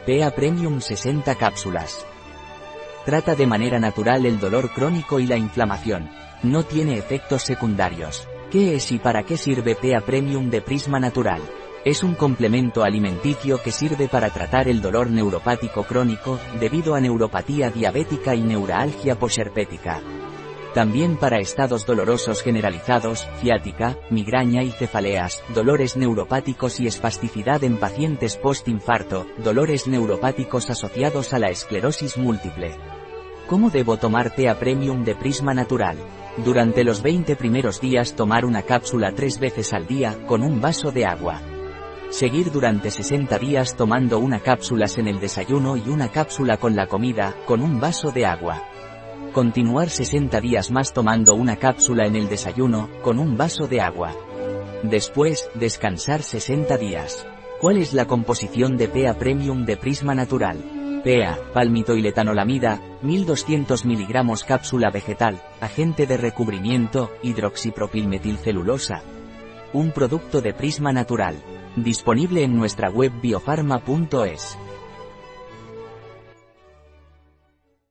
PA Premium 60 cápsulas. Trata de manera natural el dolor crónico y la inflamación. No tiene efectos secundarios. ¿Qué es y para qué sirve PA Premium de Prisma Natural? Es un complemento alimenticio que sirve para tratar el dolor neuropático crónico, debido a neuropatía diabética y neuralgia posherpética. También para estados dolorosos generalizados, ciática, migraña y cefaleas, dolores neuropáticos y espasticidad en pacientes post-infarto, dolores neuropáticos asociados a la esclerosis múltiple. ¿Cómo debo tomar PA Premium de Prisma Natural? Durante los 20 primeros días tomar una cápsula 3 veces al día, con un vaso de agua. Seguir durante 60 días tomando una cápsula en el desayuno y una cápsula con la comida, con un vaso de agua. Continuar 60 días más tomando una cápsula en el desayuno, con un vaso de agua. Después, descansar 60 días. ¿Cuál es la composición de PA Premium de Prisma Natural? PA, palmitoiletanolamida, 1200 mg cápsula vegetal, agente de recubrimiento, hidroxipropilmetilcelulosa. Un producto de Prisma Natural. Disponible en nuestra web biofarma.es.